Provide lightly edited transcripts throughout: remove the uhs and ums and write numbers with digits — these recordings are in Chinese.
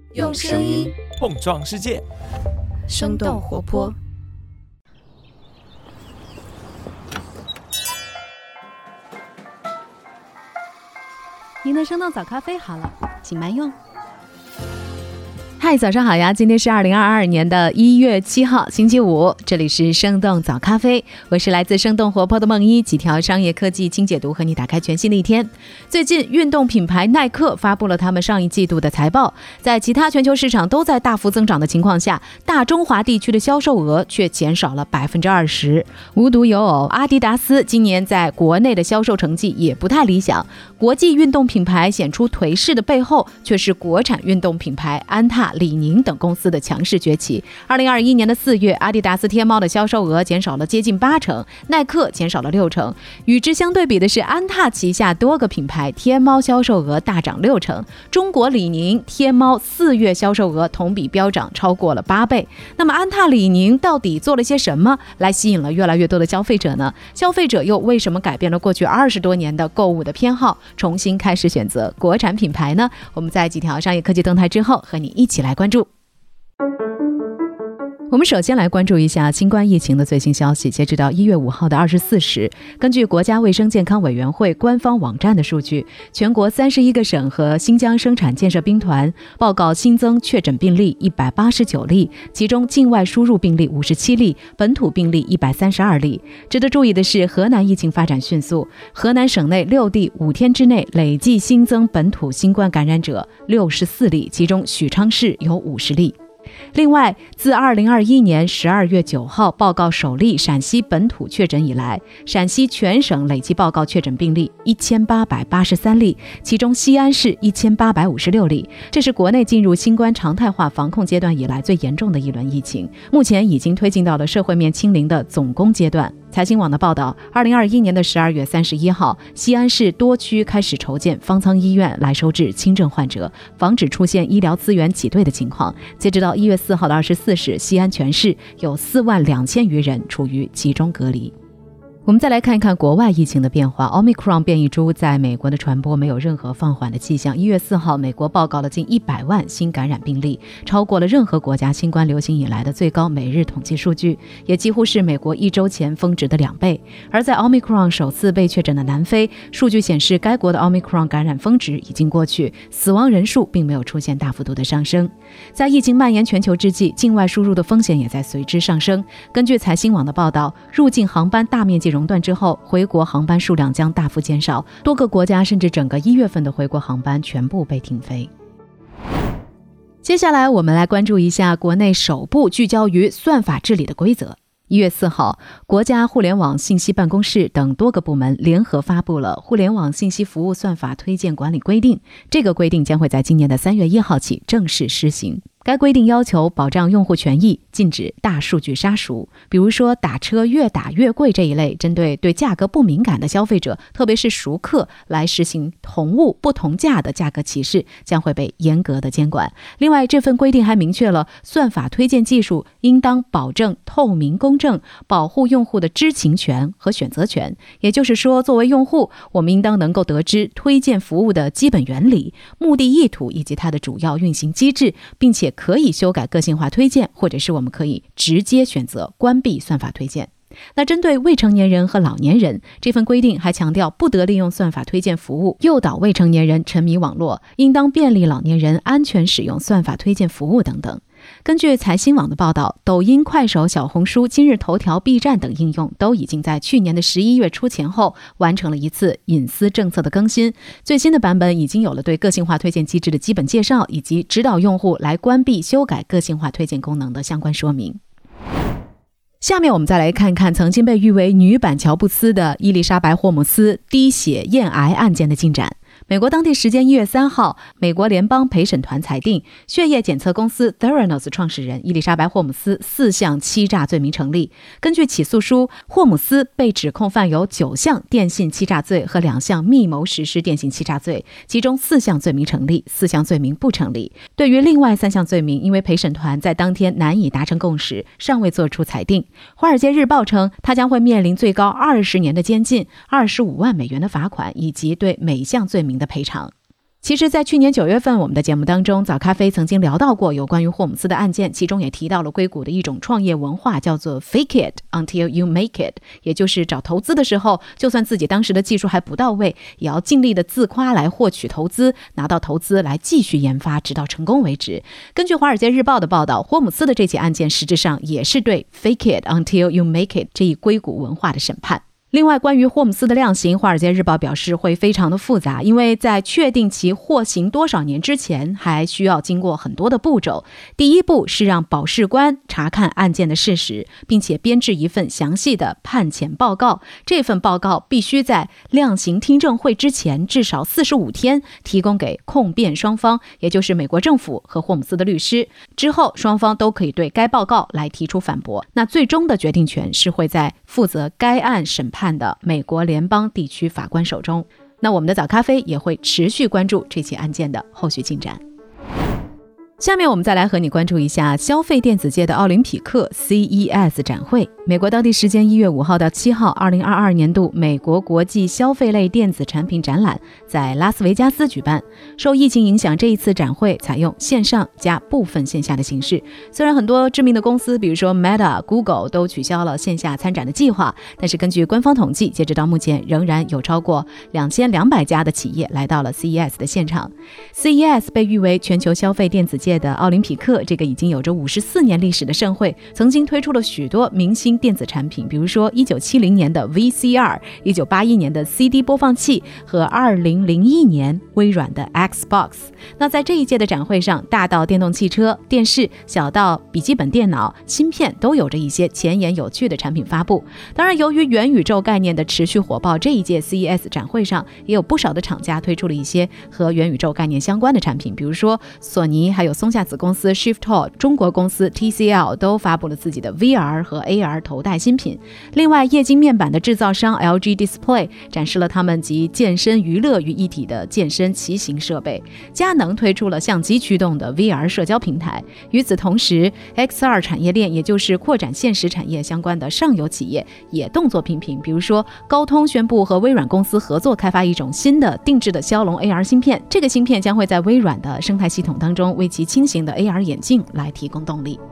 用声音碰撞世界， 生动活泼。 您的生动早咖啡好了，请慢用。 嗨，早上好呀！今天是2022年的1月7号，星期五，这里是生动早咖啡，我是来自生动活泼的梦一，几条商业科技轻解读，和你打开全新的一天。最近，运动品牌耐克发布了他们上一季度的财报，在其他全球市场都在大幅增长的情况下，大中华地区的销售额却减少了20%。无独有偶，阿迪达斯今年在国内的销售成绩也不太理想，国际运动品牌显出颓势的背后，却是国产运动品牌安踏、李宁等公司的强势崛起。2021年的4月，阿迪达斯天猫的销售额减少了接近80%，耐克减少了60%。与之相对比的是，安踏旗下多个品牌天猫销售额大涨60%，中国李宁天猫4月销售额同比飙涨超过了8倍。那么安踏、李宁到底做了些什么来吸引了越来越多的消费者呢？消费者又为什么改变了过去20多年的购物的偏好，重新开始选择国产品牌呢？我们在几条商业科技动态之后，和你一起来关注。我们首先来关注一下新冠疫情的最新消息。截止到1月5号的24时，根据国家卫生健康委员会官方网站的数据，全国31个省和新疆生产建设兵团报告新增确诊病例189例，其中境外输入病例57例，本土病例132例。值得注意的是，河南疫情发展迅速，河南省内6地5天之内累计新增本土新冠感染者64例，其中许昌市有50例。另外，自2021年12月9号报告首例陕西本土确诊以来，陕西全省累计报告确诊病例1883例，其中西安市1856例。这是国内进入新冠常态化防控阶段以来最严重的一轮疫情，目前已经推进到了社会面清零的总攻阶段。财新网的报道，2021年的12月31号，西安市多区开始筹建方舱医院来收治轻症患者，防止出现医疗资源挤兑的情况。截止到1月4号的24时，西安全市有42000余人处于集中隔离。我们再来看一看国外疫情的变化。 Omicron 变异株在美国的传播没有任何放缓的迹象。1月4号，美国报告了近100万新感染病例，超过了任何国家新冠流行以来的最高每日统计数据，也几乎是美国1周前峰值的2倍。而在 Omicron 首次被确诊的南非，数据显示该国的 Omicron 感染峰值已经过去，死亡人数并没有出现大幅度的上升。在疫情蔓延全球之际，境外输入的风险也在随之上升。根据财新网的报道，入境航班大面积熔断之后，回国航班数量将大幅减少，多个国家甚至整个1月份的回国航班全部被停飞。接下来我们来关注一下国内首部聚焦于算法治理的规则。1月4号，国家互联网信息办公室等多个部门联合发布了《互联网信息服务算法推荐管理规定》，这个规定将会在今年的3月1号起正式施行。该规定要求保障用户权益，禁止大数据杀熟，比如说打车越打越贵这一类针对价格不敏感的消费者，特别是熟客来实行同物不同价的价格歧视，将会被严格的监管。另外，这份规定还明确了算法推荐技术应当保证透明公正，保护用户的知情权和选择权。也就是说，作为用户，我们应当能够得知推荐服务的基本原理、目的意图以及它的主要运行机制，并且可以修改个性化推荐，或者是我们可以直接选择关闭算法推荐。那针对未成年人和老年人，这份规定还强调不得利用算法推荐服务诱导未成年人沉迷网络，应当便利老年人安全使用算法推荐服务等等。根据财新网的报道，抖音、快手、小红书、今日头条、B 站等应用都已经在去年的11月初前后完成了一次隐私政策的更新。最新的版本已经有了对个性化推荐机制的基本介绍，以及指导用户来关闭、修改个性化推荐功能的相关说明。下面我们再来看看曾经被誉为女版乔布斯的伊丽莎白·霍姆斯滴血验癌案件的进展。美国当地时间1月3号，美国联邦陪审团裁定，血液检测公司 Theranos 创始人伊丽莎白·霍姆斯4项欺诈罪名成立。根据起诉书，霍姆斯被指控犯有9项电信欺诈罪和2项密谋实施电信欺诈罪，其中4项罪名成立，4项罪名不成立。对于另外3项罪名，因为陪审团在当天难以达成共识，尚未作出裁定。华尔街日报称，他将会面临最高20年的监禁、25万美元的罚款，以及对每项罪名的赔偿。 其实在去年9月份我们的节目当中，早咖啡曾经聊到过有关于霍姆斯的案件，其中也提到了硅谷的一种创业文化，叫做 fake it until you make it， 也就是找投资的时候，就算自己当时的技术还不到位，也要尽力的自夸来获取投资，拿到投资来继续研发直到成功为止。根据华尔街日报的报道，霍姆斯的这起案件实质上也是对 fake it until you make it 这一硅谷文化的审判。另外，关于霍姆斯的量刑，华尔街日报表示会非常的复杂，因为在确定其获刑多少年之前，还需要经过很多的步骤。第一步是让保释官查看案件的事实，并且编制一份详细的判前报告。这份报告必须在量刑听证会之前至少45天提供给控辩双方，也就是美国政府和霍姆斯的律师。之后，双方都可以对该报告来提出反驳。那最终的决定权是会在负责该案审判的美国联邦地区法官手中。那我们的早咖啡也会持续关注这起案件的后续进展。下面我们再来和你关注一下消费电子界的奥林匹克 CES 展会。美国当地时间1月5号到7号2022年度美国国际消费类电子产品展览在拉斯维加斯举办。受疫情影响，这一次展会采用线上加部分线下的形式。虽然很多知名的公司，比如说 Meta、Google 都取消了线下参展的计划，但是根据官方统计，截止到目前仍然有超过2200家的企业来到了 CES 的现场。CES 被誉为全球消费电子界的奥林匹克，这个已经有着54年历史的盛会，曾经推出了许多明星电子产品，比如说1970年的 VCR、1981年的 CD 播放器和2001年微软的 Xbox。 那在这一届的展会上，大到电动汽车、电视，小到笔记本电脑、芯片，都有着一些前沿有趣的产品发布。当然，由于元宇宙概念的持续火爆，这一届 CES 展会上也有不少的厂家推出了一些和元宇宙概念相关的产品，比如说索尼还有松下子公司 Shift-Hall、 中国公司 TCL 都发布了自己的 VR 和 AR 头戴新品。另外，液晶面板的制造商 LG Display 展示了他们集健身娱乐于一体的健身骑行设备。佳能推出了相机驱动的 VR 社交平台。与此同时， XR 产业链，也就是扩展现实产业相关的上游企业也动作频频，比如说高通宣布和微软公司合作开发一种新的定制的骁龙 AR 芯片，这个芯片将会在微软的生态系统当中为其轻型的 AR 眼镜来提供动力。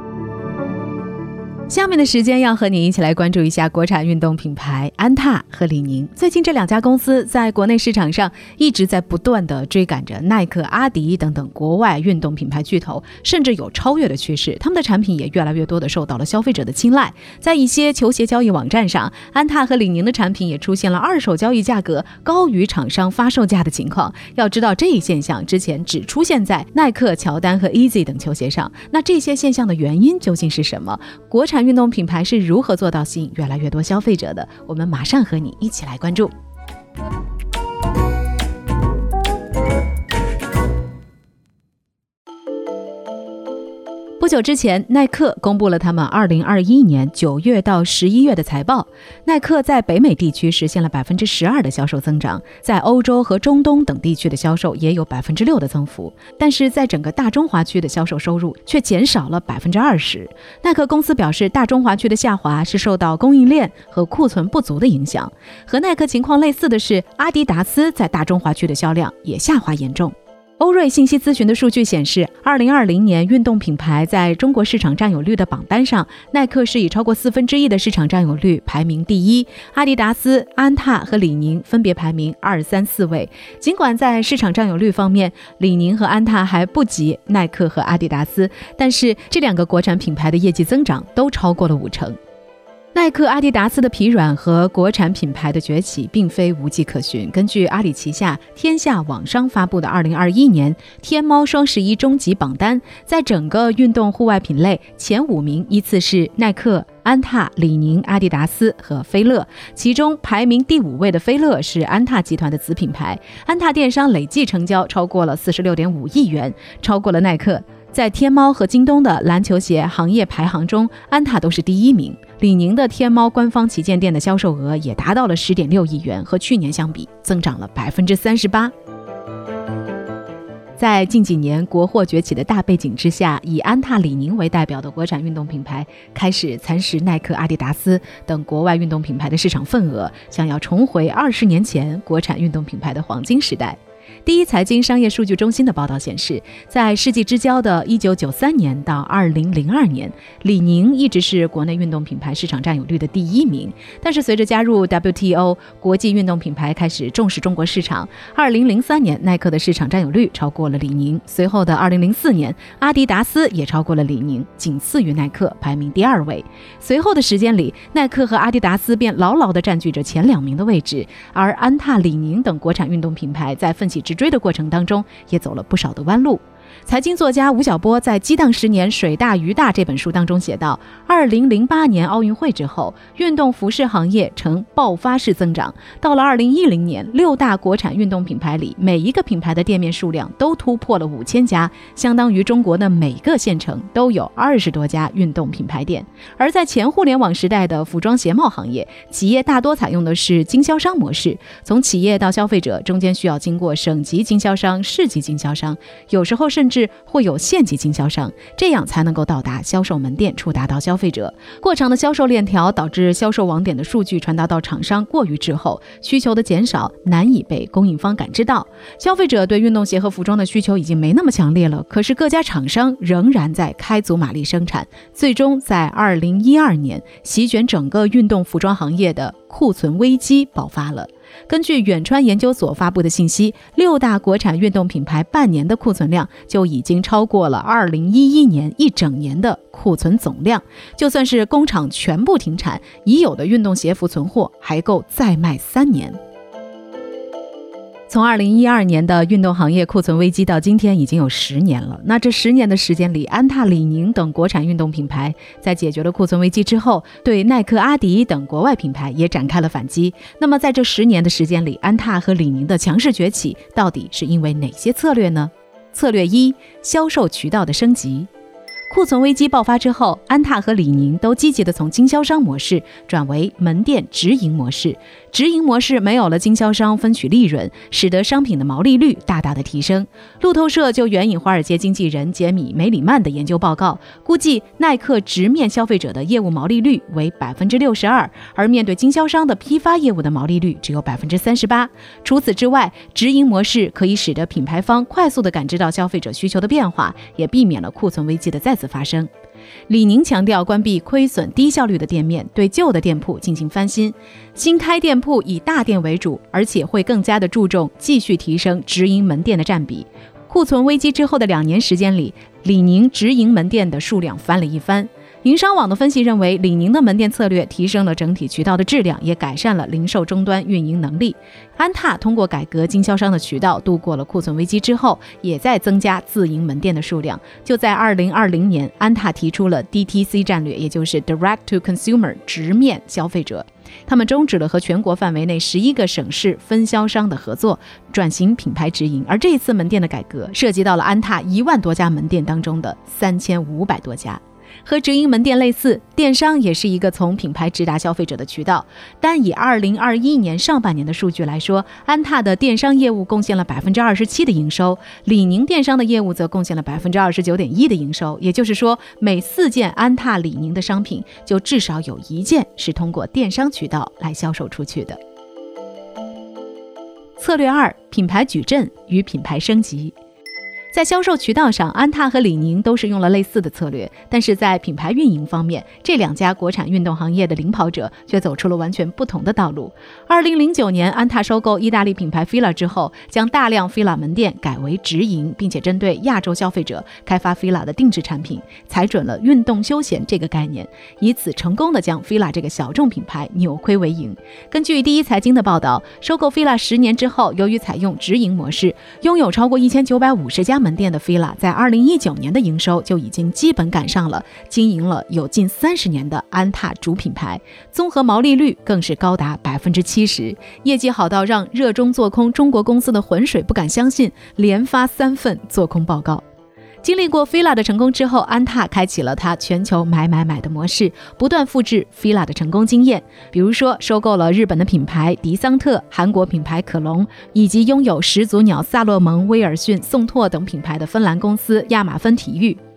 下面的时间要和你一起来关注一下国产运动品牌安踏和李宁。最近这两家公司在国内市场上一直在不断的追赶着耐克、阿迪等等国外运动品牌巨头，甚至有超越的趋势。他们的产品也越来越多的受到了消费者的青睐。在一些球鞋交易网站上，安踏和李宁的产品也出现了二手交易价格高于厂商发售价的情况。要知道，这一现象之前只出现在耐克、乔丹和 Easy 等球鞋上。那这些现象的原因究竟是什么？国产运动品牌是如何做到吸引越来越多消费者的？我们马上和你一起来关注。不久之前，耐克公布了他们2021年9月到11月的财报。耐克在北美地区实现了12%的销售增长，在欧洲和中东等地区的销售也有6%的增幅，但是在整个大中华区的销售收入却减少了20%。耐克公司表示，大中华区的下滑是受到供应链和库存不足的影响。和耐克情况类似的是，阿迪达斯在大中华区的销量也下滑严重。欧瑞信息咨询的数据显示，2020年运动品牌在中国市场占有率的榜单上，耐克是以超过1/4的市场占有率排名第一，阿迪达斯、安踏和李宁分别排名2、3、4位。尽管在市场占有率方面，李宁和安踏还不及耐克和阿迪达斯，但是这两个国产品牌的业绩增长都超过了50%。耐克、阿迪达斯的疲软和国产品牌的崛起并非无迹可寻。根据阿里旗下天下网商发布的2021年天猫双11终极榜单，在整个运动户外品类前5名依次是耐克、安踏、李宁、阿迪达斯和飞乐，其中排名第5位的飞乐是安踏集团的子品牌，安踏电商累计成交超过了46.5亿元，超过了耐克。在天猫和京东的篮球鞋行业排行中，安踏都是第1名。李宁的天猫官方旗舰店的销售额也达到了10.6亿元，和去年相比增长了38%。在近几年国货崛起的大背景之下，以安踏、李宁为代表的国产运动品牌开始蚕食耐克、阿迪达斯等国外运动品牌的市场份额，想要重回20年前国产运动品牌的黄金时代。 第一财经商业数据中心的报道显示，在世纪之交的1993年到2002年，李宁一直是国内运动品牌市场占有率的第1名。但是随着加入 WTO， 国际运动品牌开始重视中国市场。2003年，耐克的市场占有率超过了李宁，随后的2004年，阿迪达斯也超过了李宁，仅次于耐克，排名第2位。随后的时间里，耐克和阿迪达斯便牢牢地占据着前2名的位置，而安踏、李宁等国产运动品牌在奋起直追的过程当中，也走了不少的弯路。财经作家吴晓波在《激荡10年水大鱼大》这本书当中写道，2008年奥运会之后，运动服饰行业呈爆发式增长。到了2010年，6大国产运动品牌里，每一个品牌的店面数量都突破了5000家，相当于中国的每个县城都有20多家运动品牌店。而在前互联网时代的服装鞋帽行业，企业大多采用的是经销商模式，从企业到消费者中间需要经过省级经销商、市级经销商，有时候甚至会有县级经销商，这样才能够到达销售门店，触达到消费者。过长的销售链条导致销售网点的数据传达到厂商过于滞后，需求的减少难以被供应方感知到。消费者对运动鞋和服装的需求已经没那么强烈了，可是各家厂商仍然在开足马力生产，最终在2012年席卷整个运动服装行业的库存危机爆发了。根据远川研究所发布的信息，6大国产运动品牌半年的库存量就已经超过了2011年一整年的库存总量。就算是工厂全部停产，已有的运动鞋服存货还够再卖3年。从2012年的运动行业库存危机到今天已经有10年了。那这10年的时间里，安踏、李宁等国产运动品牌在解决了库存危机之后，对耐克、阿迪等国外品牌也展开了反击。那么在这10年的时间里，安踏和李宁的强势崛起到底是因为哪些策略呢？策略1：销售渠道的升级。库存危机爆发之后，安踏和李宁都积极地从经销商模式转为门店直营模式。直营模式没有了经销商分取利润，使得商品的毛利率大大的提升。路透社就援引华尔街经纪人杰米·梅里曼的研究报告，估计耐克直面消费者的业务毛利率为 62%， 而面对经销商的批发业务的毛利率只有 38%。除此之外，直营模式可以使得品牌方快速地感知到消费者需求的变化，也避免了库存危机的再次发生。李宁强调关闭亏损低效率的店面，对旧的店铺进行翻新，新开店铺以大店为主，而且会更加的注重继续提升直营门店的占比。库存危机之后的2年时间里，李宁直营门店的数量翻了一番。营商网的分析认为，李宁的门店策略提升了整体渠道的质量，也改善了零售终端运营能力。安踏通过改革经销商的渠道，度过了库存危机之后，也在增加自营门店的数量。就在2020年，安踏提出了 DTC 战略，也就是 Direct to Consumer 直面消费者。他们终止了和全国范围内11个省市分销商的合作，转型品牌直营。而这一次门店的改革涉及到了安踏1万多家门店当中的3500多家。和直营门店类似，电商也是一个从品牌直达消费者的渠道。单以2021年上半年的数据来说，安踏的电商业务贡献了 27% 的营收，李宁电商的业务则贡献了 29.1% 的营收。也就是说，每4件安踏、李宁的商品，就至少有1件是通过电商渠道来销售出去的。策略2：品牌矩阵与品牌升级。在销售渠道上，安踏和李宁都是用了类似的策略，但是在品牌运营方面，这2家国产运动行业的领跑者却走出了完全不同的道路。2009年，安踏收购意大利品牌 Fila 之后，将大量 Fila 门店改为直营，并且针对亚洲消费者开发 Fila 的定制产品，踩准了运动休闲这个概念，以此成功的将 Fila 这个小众品牌扭亏为盈。根据第一财经的报道，收购 Fila 10年之后，由于采用直营模式，拥有超过1950家门店的 Fila 在2019年的营收就已经基本赶上了经营了有近30年的安踏主品牌，综合毛利率更是高达 70%， 业绩好到让热衷做空中国公司的浑水不敢相信，连发3份做空报告。经历过 Fila 的成功之后，安踏开启了它全球买的模式，不断复制 Fila 的成功经验。比如说，收购了日本的品牌迪桑特、韩国品牌可隆，以及拥有始祖鸟、萨洛蒙、威尔逊、宋拓等品牌的芬兰公司亚马芬体育。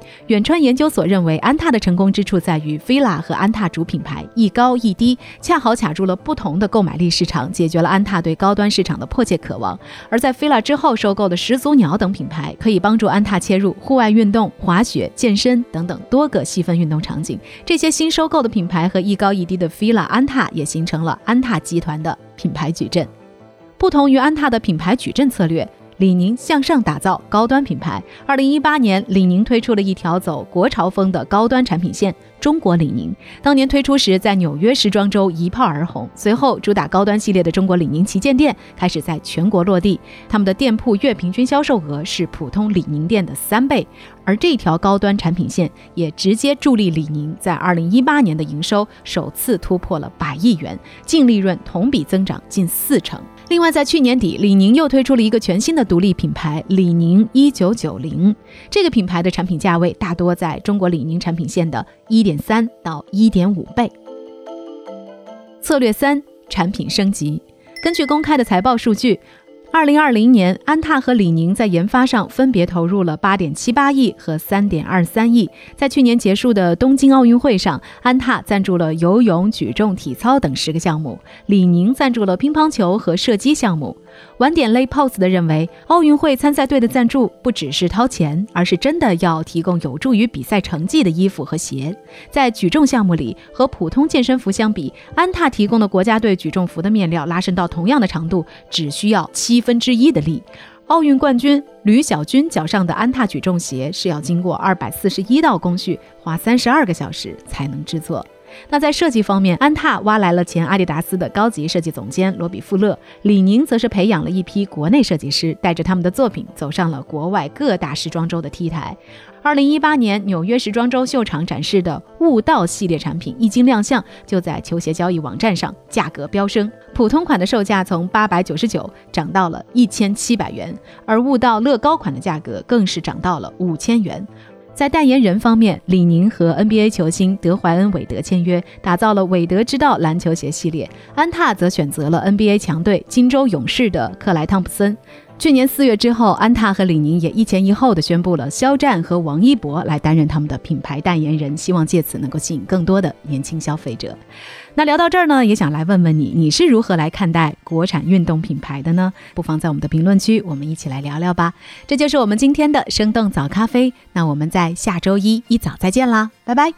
远川研究所认为，安踏的成功之处在于 FILA 和安踏主品牌一高一低，恰好卡住了不同的购买力市场，解决了安踏对高端市场的迫切渴望。而在 FILA 之后收购的始祖鸟等品牌，可以帮助安踏切入户外运动、滑雪、健身等等多个细分运动场景。这些新收购的品牌和一高一低的 FILA 安踏也形成了安踏集团的品牌矩阵。不同于安踏的品牌矩阵策略，李宁向上打造高端品牌。2018年，李宁推出了一条走国潮风的高端产品线——中国李宁。当年推出时，在纽约时装周一炮而红。随后，主打高端系列的中国李宁旗舰店开始在全国落地，他们的店铺月平均销售额是普通李宁店的3倍。而这条高端产品线也直接助力李宁在2018年的营收首次突破了100亿元，净利润同比增长近40%。另外，在去年底，李宁又推出了一个全新的独立品牌李宁1990，这个品牌的产品价位大多在中国李宁产品线的 1.3 到 1.5 倍。策略3：产品升级。根据公开的财报数据，2020年，安踏和李宁在研发上分别投入了8.78亿和3.23亿。在去年结束的东京奥运会上，安踏赞助了游泳、举重、体操等10个项目，李宁赞助了乒乓球和射击项目。晚点类 pose 的认为，奥运会参赛队的赞助不只是掏钱，而是真的要提供有助于比赛成绩的衣服和鞋。在举重项目里，和普通健身服相比，安踏提供的国家队举重服的面料拉伸到同样的长度，只需要1/7的力。奥运冠军吕小军脚上的安踏举重鞋是要经过241道工序，花32个小时才能制作。那在设计方面，安踏挖来了前阿迪达斯的高级设计总监罗比富勒，李宁则是培养了一批国内设计师，带着他们的作品走上了国外各大时装周的 T 台。2018年纽约时装周秀场展示的悟道系列产品一经亮相，就在球鞋交易网站上价格飙升，普通款的售价从899涨到了1700元，而悟道乐高款的价格更是涨到了5000元。在代言人方面，李宁和 NBA 球星德怀恩·韦德签约，打造了韦德之道篮球鞋系列。安踏则选择了 NBA 强队金州勇士的克莱·汤普森。去年4月之后，安踏和李宁也一前一后的宣布了肖战和王一博来担任他们的品牌代言人，希望借此能够吸引更多的年轻消费者。那聊到这儿呢，也想来问问你，你是如何来看待国产运动品牌的呢？不妨在我们的评论区，我们一起来聊聊吧。这就是我们今天的生动早咖啡，那我们在下周一早再见啦，拜拜。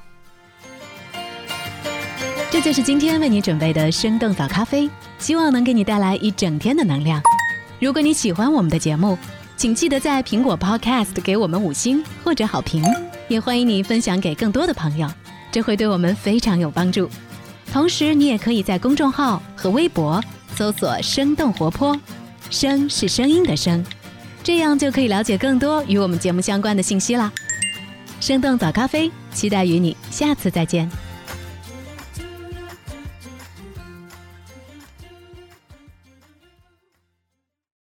这就是今天为你准备的生动早咖啡，希望能给你带来一整天的能量。如果你喜欢我们的节目，请记得在苹果 Podcast 给我们5星或者好评，也欢迎你分享给更多的朋友，这会对我们非常有帮助。同时，你也可以在公众号和微博搜索生动活泼，声是声音的声，这样就可以了解更多与我们节目相关的信息啦。生动早咖啡，期待与你下次再见。